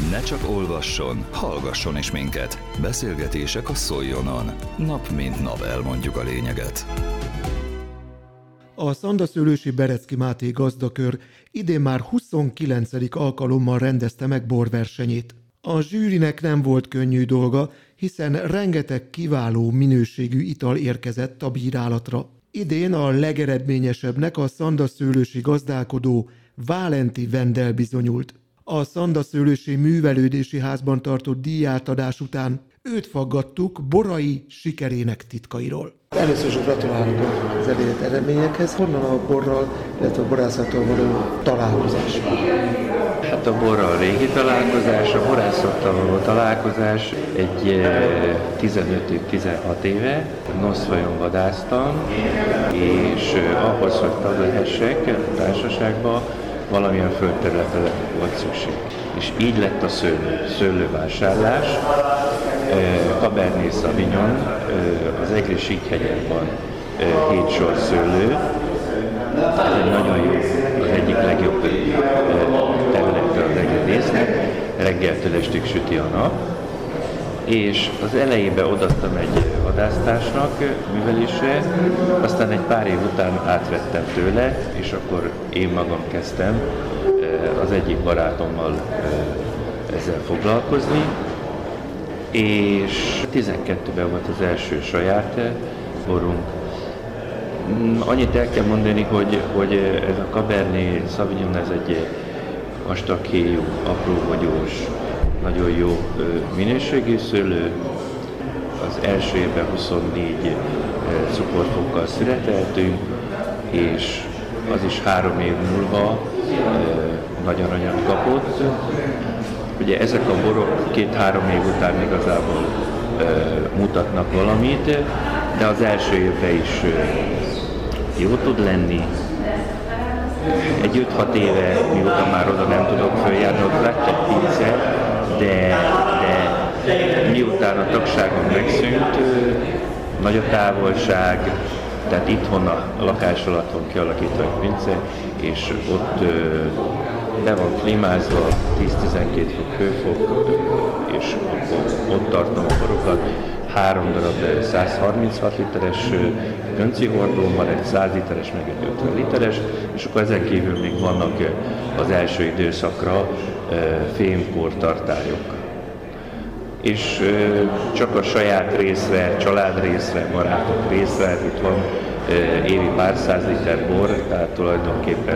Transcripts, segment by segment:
Ne csak olvasson, hallgasson is minket. Beszélgetések a Szoljonon. Nap mint nap elmondjuk a lényeget. A Szandaszőlősi Berecki Máté Gazdakör idén már 29. alkalommal rendezte meg borversenyét. A zsűrinek nem volt könnyű dolga, hiszen rengeteg kiváló minőségű ital érkezett a bírálatra. Idén a legeredményesebbnek a szandaszőlősi gazdálkodó Válenti Vendel bizonyult. A Szandaszőlősi Művelődési Házban tartott díjátadás után őt faggattuk borai sikerének titkairól. Először is gratulálok az elért eredményekhez. Honnan a borral, illetve a borászattal való találkozás? Hát a borral régi találkozás, a borászattal való találkozás egy 15-16 éve Noszvajon vadásztam, és ahhoz, hogy tag lehessek a társaságba, valamilyen földterületre volt szükség. És így lett a szőlővásárlás. Cabernet Sauvignon, az Egri Síkhegyen van 7 sor szőlő. Ez egy nagyon jó, az egyik legjobb területe az egész résznek. Reggeltől estig süti a nap. És az elejében odaadtam egy vadásztársnak művelésre, aztán egy pár év után átvettem tőle, és akkor én magam kezdtem az egyik barátommal ezzel foglalkozni, és 12-ben volt az első saját borunk. Annyit el kell mondani, hogy ez a Cabernet Sauvignon, ez egy vastaghéjú, apróbogyós, nagyon jó minőségű szőlő. Az első évben 24 cukorfokkal szüreteltünk, és az is 3 év múlva nagy aranyat kapott. Ugye ezek a borok 2-3 év után igazából mutatnak valamit, de az első évben is jó tud lenni. Egy 5-6 éve, mióta már oda nem tudok följárni, ott lett egy pince, de miután a tagságom megszűnt, nagy a távolság, tehát itthon a lakás alatt van kialakítva egy pince, és ott be van klímázva, 10-12 fok hőfok, és akkor ott tartom a borokat. 3 darab 136 literes göncihordóm van, egy 100 literes, meg egy 50 literes, és akkor ezen kívül még vannak az első időszakra fémkortartályok. És csak a saját részre, család részre, barátok részre, itt van évi pár 100 liter bor, tehát tulajdonképpen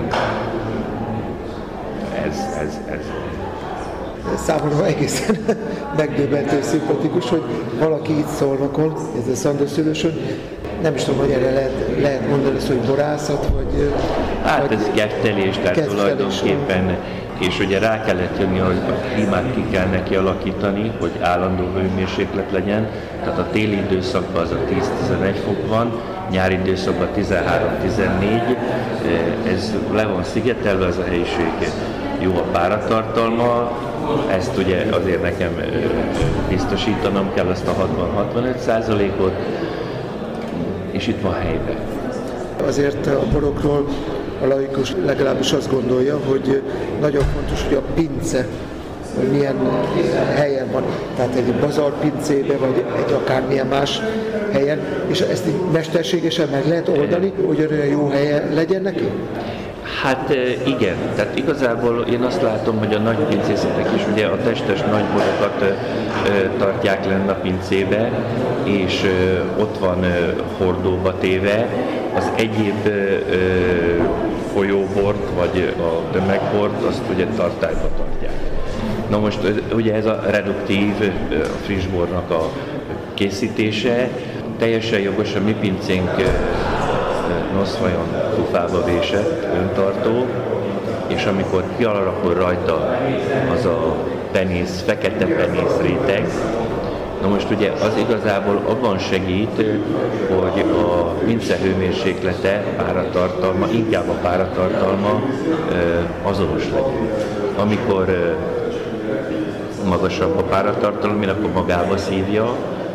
ez. Számomra egészen megdöbbentő szimpatikus, hogy valaki itt Szolnokon, ez a Szandaszőlősön, nem is tudom, hogy erre lehet mondani, hogy borászat, vagy... Hát ez kettelés, tehát tulajdonképpen, és ugye rá kellett jönni, hogy a klímát ki kell neki alakítani, hogy állandó hőmérséklet legyen, tehát a téli időszakban az a 10-11 fok van, nyári időszakban 13-14, ez le van szigetelve, ez a helyiség jó a páratartalma, ezt ugye azért nekem biztosítanom kell, azt a 60-65%-ot, és itt van helyben. Azért a borokról a laikus legalábbis azt gondolja, hogy nagyon fontos, hogy a pince, hogy milyen helyen van, tehát egy bazalpincébe, vagy egy akármilyen más helyen, és ezt így mesterségesen meg lehet oldani, hogy olyan jó helye legyen neki? Hát igen, tehát igazából én azt látom, hogy a nagy pincészetek is ugye a testes nagy borokat tartják lenne a pincébe, és ott van hordóba téve, az egyéb folyóbort, vagy a tömegbort, azt ugye tartályba tartják. Na most ugye ez a reduktív, a frissbornak a készítése, teljesen jogos, a mi pincénk Noszvajon tufába vésett, öntartó, és amikor kialakul rajta az a penész, fekete penész réteg, na most ugye az igazából abban segít, hogy a pince hőmérséklete, páratartalma, inkább a páratartalma azonos legyen. Amikor magasabb a páratartalom, akkor magába szívja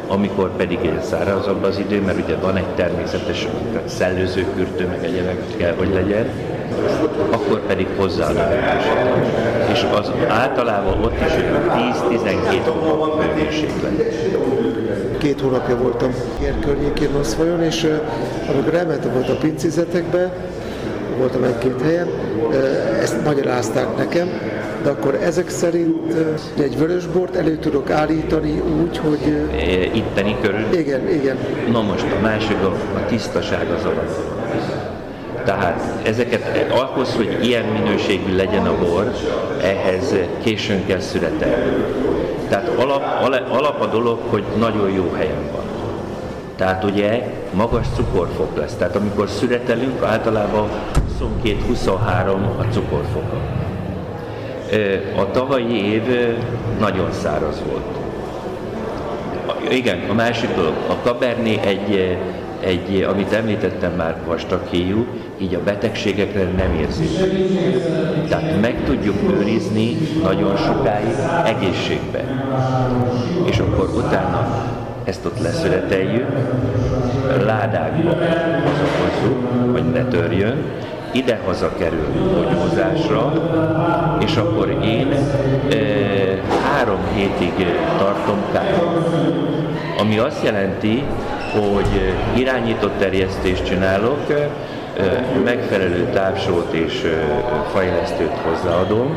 amikor pedig szárazabb az idő, mert ugye van egy természetes szellőzőkürtő, meg egyebek kell, hogy legyen, akkor pedig hozzáadom a hőmérséklet. És az általában ott is 10-12 fok hőmérséklet. 2 hónapja voltam ilyen környékén Oszfajon, és amikor elmentem volt a pincézetekbe, voltam egy-két helyen, ezt magyarázták nekem, de akkor ezek szerint egy vörösbort elő tudok állítani úgy, hogy... Itteni körül? Igen. Na most a másik a tisztaság az alap. Tehát ezeket ahhoz, hogy ilyen minőségű legyen a bor, ehhez későn kell szüretelni. Tehát alap a dolog, hogy nagyon jó helyen van. Tehát magas cukorfok lesz. Tehát amikor szüretelünk, általában 22-23 a cukorfoka. A tavalyi év nagyon száraz volt. Igen, a másik dolog, a Cabernet egy, amit említettem már, vastaghéjú, így a betegségekre nem érzünk. Tehát meg tudjuk őrizni nagyon sokáig egészségben. És akkor utána ezt ott leszületeljük, ládákba hozzuk, hogy ne törjön, ide-haza kerül bogyózásra, és akkor én 3 hétig tartom káron. Ami azt jelenti, hogy irányított terjesztést csinálok, megfelelő távsót és fajlesztőt hozzáadom,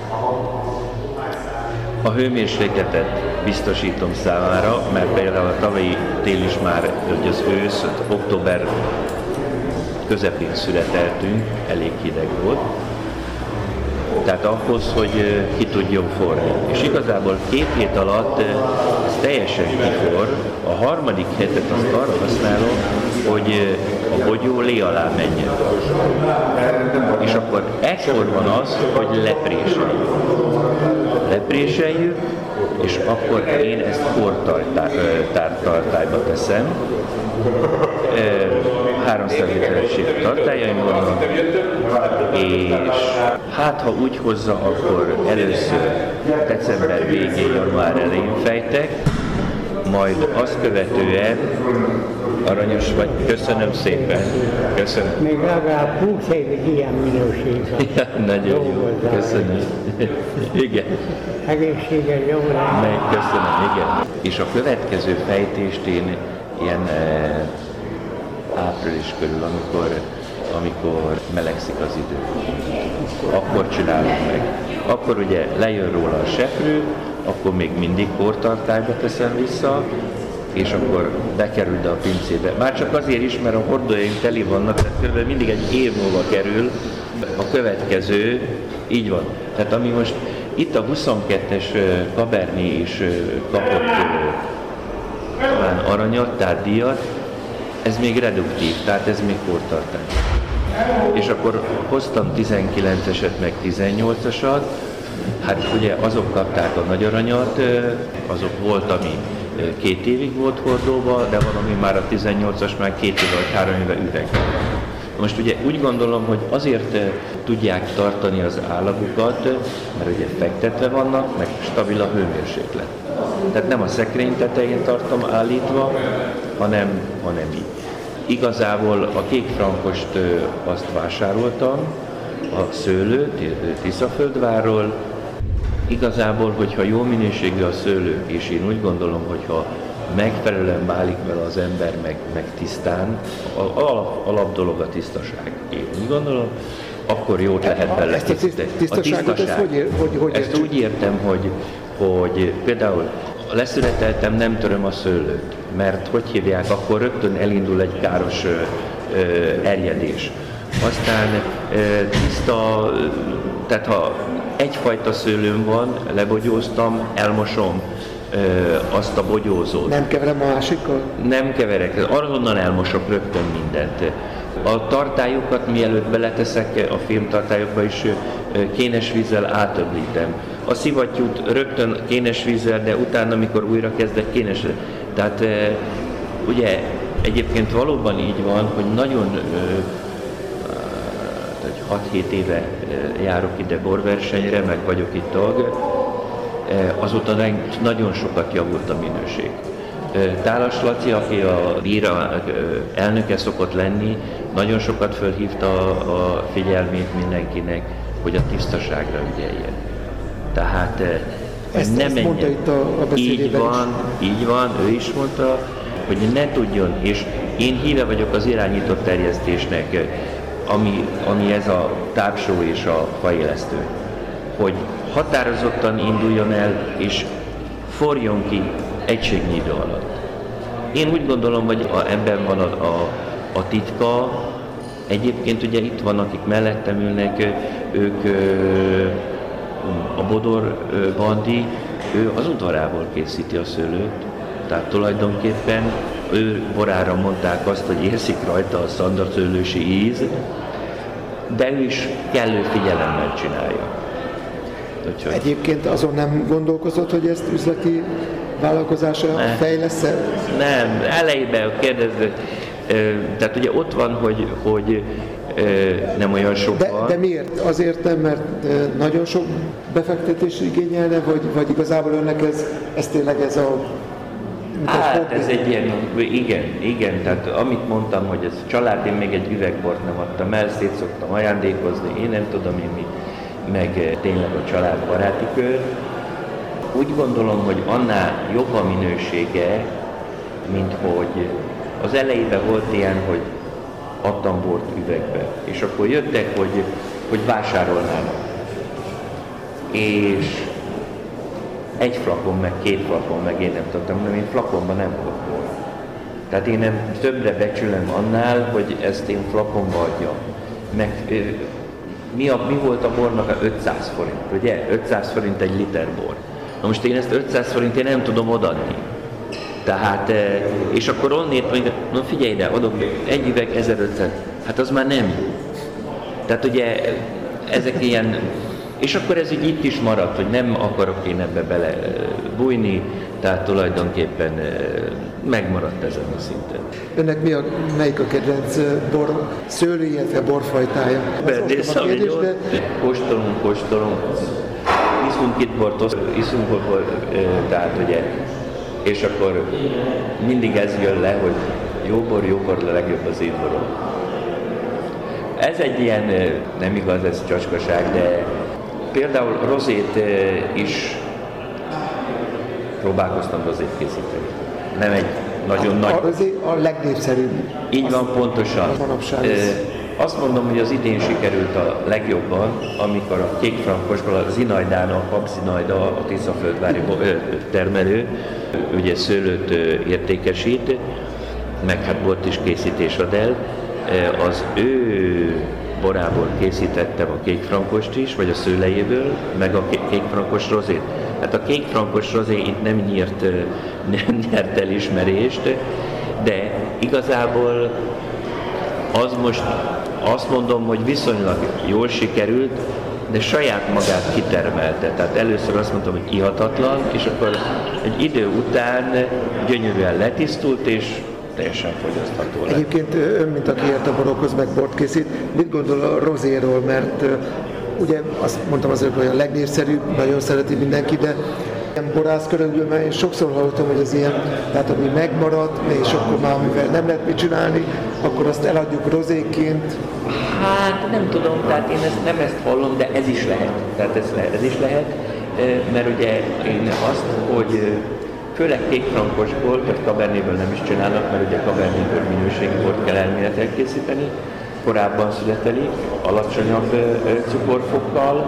a hőmérsékletet biztosítom számára, mert például a tavalyi tél is már, hogy az ősz, október közepén születeltünk, elég hideg volt. Tehát ahhoz, hogy ki tudjon forni. És igazából 2 hét alatt ez teljesen kifor. A 3. hetet azt arra használom, hogy a bogyó lé alá menjen. És akkor ekkor van az, hogy lepréseljük, és akkor én ezt kortartályba teszem. 300 literes tartályaim vannak, és hát ha úgy hozza, akkor először december végén, január elején fejtek, majd azt követően aranyos vagy, köszönöm szépen, köszönöm. Még legalább 20 évig ilyen minőségben. Ja, nagyon jó, köszönöm. Igen. Egészséges, jó lesz. Meg köszönöm, igen. És a következő fejtést én ilyen április körül, amikor melegszik az idő. Akkor csinálom meg. Akkor ugye lejön róla a seprő, akkor még mindig kortartályba teszem vissza, és akkor bekerül ide a pincébe. Már csak azért is, mert a hordójaim teli vannak, tehát kb. Mindig egy év múlva kerül a következő, így van. Tehát ami most itt a 22-es Cabernet is kapott talán aranyat, tehát díjat, ez még reduktív, tehát ez még kortartály. És akkor hoztam 19-eset, meg 18-asat, hát ugye azok kapták a nagy aranyat, azok volt, ami 2 évig volt hordóba, de van, ami már a 18-as már 2 éve vagy 3 éve üveg. Most ugye úgy gondolom, hogy azért tudják tartani az állagukat, mert ugye fektetve vannak, meg stabil a hőmérséklet. Tehát nem a szekrény tetején tartom állítva, hanem így. Igazából a kékfrankost azt vásároltam, a szőlőt Tiszaföldvárról. Igazából, hogyha jó minőségű a szőlő, és én úgy gondolom, hogyha megfelelően bálik vele az ember, meg tisztán, alap dolog a tisztaság. Én úgy gondolom, akkor jót lehet bele készíteni. Ezt úgy értem, hogy például leszületeltem, nem töröm a szőlőt, mert hogy hívják, akkor rögtön elindul egy káros erjedés. Aztán tiszta, tehát ha egyfajta szőlőm van, lebogyóztam, elmosom azt a bogyózót. Nem keverem a másikkal? Nem keverek, arra elmosok rögtön mindent. A tartályokat mielőtt beleteszek a fémtartályokba is kénes vízzel átöblítem. A szivattyút rögtön kénes vízzel, de utána, amikor újra kezdek, kénes. Tehát ugye egyébként valóban így van, hogy nagyon 6-7 éve járok ide borversenyre, meg vagyok itt tag, azóta nagyon sokat javult a minőség. Tálas Laci, aki a bíra elnöke szokott lenni, nagyon sokat fölhívta a figyelmét mindenkinek, hogy a tisztaságra ügyeljen. Tehát ezt mondta itt a beszédében így van, ő is mondta, hogy ne tudjon, és én híve vagyok az irányított terjesztésnek, ami ez a tápsó és a faélesztő, hogy határozottan induljon el, és forjon ki egységnyi idő alatt. Én úgy gondolom, hogy ebben van a titka. Egyébként ugye itt van, akik mellettem ülnek, ők a Bodor Bandi, ő az udvarából készíti a szőlőt, tehát tulajdonképpen ő borára mondták azt, hogy érzik rajta a szandacőlősi íz, de ő is kellő figyelemmel csinálja. Úgyhogy... Egyébként azon nem gondolkozott, hogy ezt üzleti vállalkozásra fejlesz-e? Nem, elejében kérdező. Tehát ugye ott van, hogy nem olyan sok van. De miért? Azért nem, mert nagyon sok befektetés igényelne, vagy igazából önnek ez tényleg ez a... Hát ez egy ilyen, igen, tehát amit mondtam, hogy ez család, én még egy üvegbort nem adtam el, szét szoktam ajándékozni, én nem tudom én mi, meg tényleg a család baráti kör. Úgy gondolom, hogy annál jobb a minősége, mint hogy az elejében volt ilyen, hogy adtam bort üvegbe, és akkor jöttek, hogy vásárolnának. És egy flakon, meg két flakon, meg én nem tudtam, de én flakonban nem volt bor. Tehát én nem többre becsülem annál, hogy ezt én flakonba adjam. Meg mi volt a bornak? 500 forint, ugye? 500 forint egy liter bor. Na most én ezt 500 forintért nem tudom odaadni. Tehát, és akkor onnét mondja, na figyelj ide, adok egy üveg 1500, hát az már nem jó. Tehát ugye ezek ilyen, és akkor ez így itt is maradt, hogy nem akarok én ebbe bele bújni, tehát tulajdonképpen megmaradt ezen a szinten. Önnek melyik a kedvenc szőlő, illetve borfajtája? Kóstolunk, iszunk itt bort, tehát ugye, és akkor mindig ez jön le, hogy jó bor, a legjobb az én borom. Ez egy ilyen, nem igaz, ez csacskaság, de például rozét is próbálkoztam rozét készíteni. Nem egy nagyon nagy... A rozé a legnépszerűbb. Így van, pontosan. Azt mondom, hogy az idén sikerült a legjobban, amikor a kékfrankosból a Zinajdána, a Papzinajda, a Tiszaföldvári termelő, ugye szőlőt értékesít, meg hát bort is készítés ad el. Az ő borából készítettem a kékfrankost is, vagy a szőlejéből, meg a kékfrankos rozét. Hát a kékfrankos rozé itt nem nyert elismerést, de igazából az most azt mondom, hogy viszonylag jól sikerült, de saját magát kitermelte. Tehát először azt mondtam, hogy ihatatlan, és akkor egy idő után gyönyörűen letisztult, és teljesen fogyasztható lett. Egyébként ön, mint aki ért a borokhoz, meg bort készít, mit gondol a rozéról, mert ugye azt mondtam azért, hogy a legnépszerűbb, nagyon szereti mindenki, de ilyen borászkörökből már én sokszor hallottam, hogy az ilyen, tehát ami megmaradt, és akkor már amivel nem lehet mit csinálni, akkor azt eladjuk rozéként. Hát nem tudom, tehát én nem ezt hallom, de ez is lehet. Tehát ez is lehet, mert ugye én azt, hogy főleg kékfrankosból, tehát kabernéből nem is csinálnak, mert ugye kabernéből minőségi bort kell elméletek készíteni, korábban születelik, alacsonyabb cukorfokkal.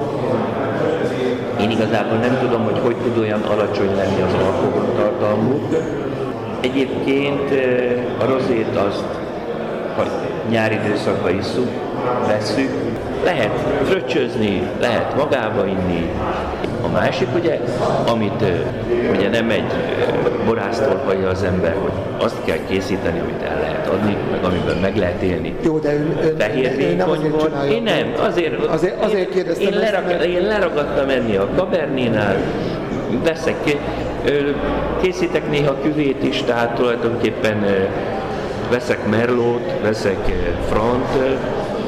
Én igazából nem tudom, hogy tud olyan alacsony lenni az alkoholtartalmuk. Egyébként a rozét azt, ha nyári időszakban isszuk, vesszük, lehet fröccsözni, lehet magába inni. A másik ugye, amit ugye nem egy borásztól hallja az ember, hogy azt kell készíteni, amit el lehet adni, meg amiben meg lehet élni. Jó, de ön nem azért csinálja. Én nem, azért kérdeztem. Én leragadtam enni a Cabernénál, veszek, készítek néha küvét is, tehát tulajdonképpen veszek merlót, veszek frant,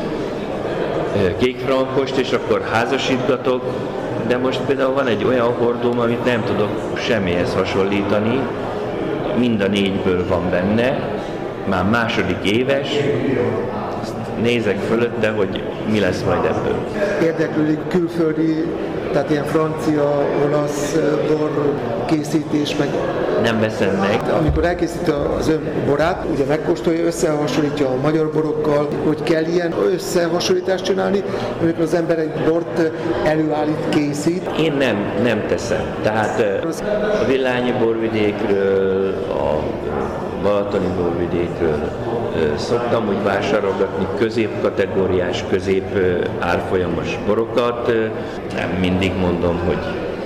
kékfrankost, és akkor házasítgatok, de most például van egy olyan hordóm, amit nem tudok semmihez hasonlítani, mind a 4-ből van benne, már második éves, azt nézek fölötte, hogy mi lesz majd ebből. Érdeklődik külföldi, tehát ilyen francia, olasz bor készítés, meg Nem veszem meg. amikor elkészíti az ön borát, ugye megkóstolja, összehasonlítja a magyar borokkal, hogy kell ilyen összehasonlítást csinálni, amikor az ember egy bort előállít, készít. Én nem teszem. Tehát a Villányi borvidékről, a Balatoni borvidékről szoktam úgy vásárolgatni középkategóriás, közép árfolyamos borokat. Nem mindig mondom, hogy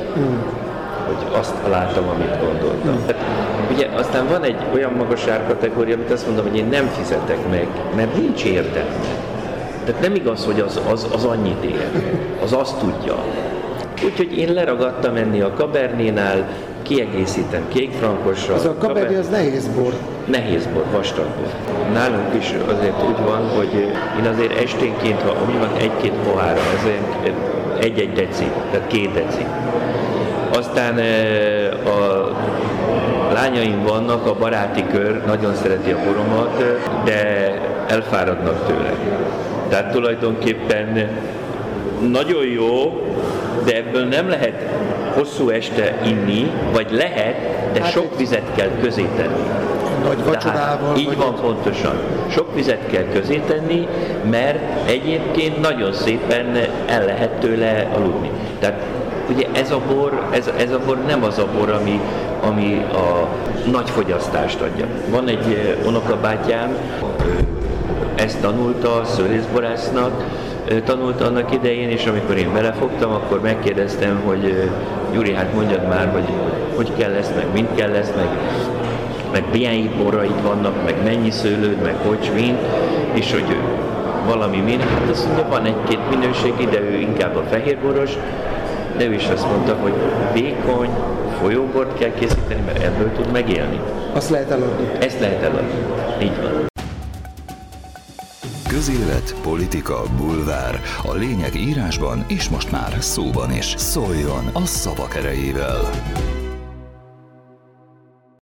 azt találtam, amit gondoltam. Ugye aztán van egy olyan magas árkategória, amit azt mondom, hogy én nem fizetek meg, mert nincs értelme. Tehát nem igaz, hogy az annyit ér, az azt tudja. Úgyhogy én leragadtam enni a Cabernénál, kiegészítem kékfrankossal. Az a Cabernet az nehéz bor. Nehéz bor, vastag bor. Nálunk is azért úgy van, hogy én azért esténként, ha úgy van, 1-2 pohárra, ez 1-1 deci, tehát 2 deci. Aztán a lányaim vannak, a baráti kör nagyon szereti a boromat, de elfáradnak tőle. Tehát tulajdonképpen nagyon jó, de ebből nem lehet hosszú este inni, vagy lehet, de sok vizet kell közé tenni. Nagy vacsorával. Így van, pontosan. Sok vizet kell közé tenni, mert egyébként nagyon szépen el lehet tőle aludni. Tehát ugye ez a bor nem az a bor, ami a nagy fogyasztást adja. Van egy unokabátyám, ezt tanulta, szőlészborásznak, tanult annak idején, és amikor én belefogtam, akkor megkérdeztem, hogy Gyuri, hát mondjad már, hogy kell lesz, meg mind kell lesz, meg milyen borraid vannak, meg mennyi szőlőd, meg hogy mind, és hogy valami mind. Hát azt mondja, van egy-két minőségi, de ő inkább a fehérboros, de ő is azt mondta, hogy vékony, folyóbort kell készíteni, mert ebből tud megélni. Azt lehet eladni. Ezt lehet eladni. Így van. Közélet, politika, bulvár. A lényeg írásban és most már szóban is. Szóljon a szavak erejével!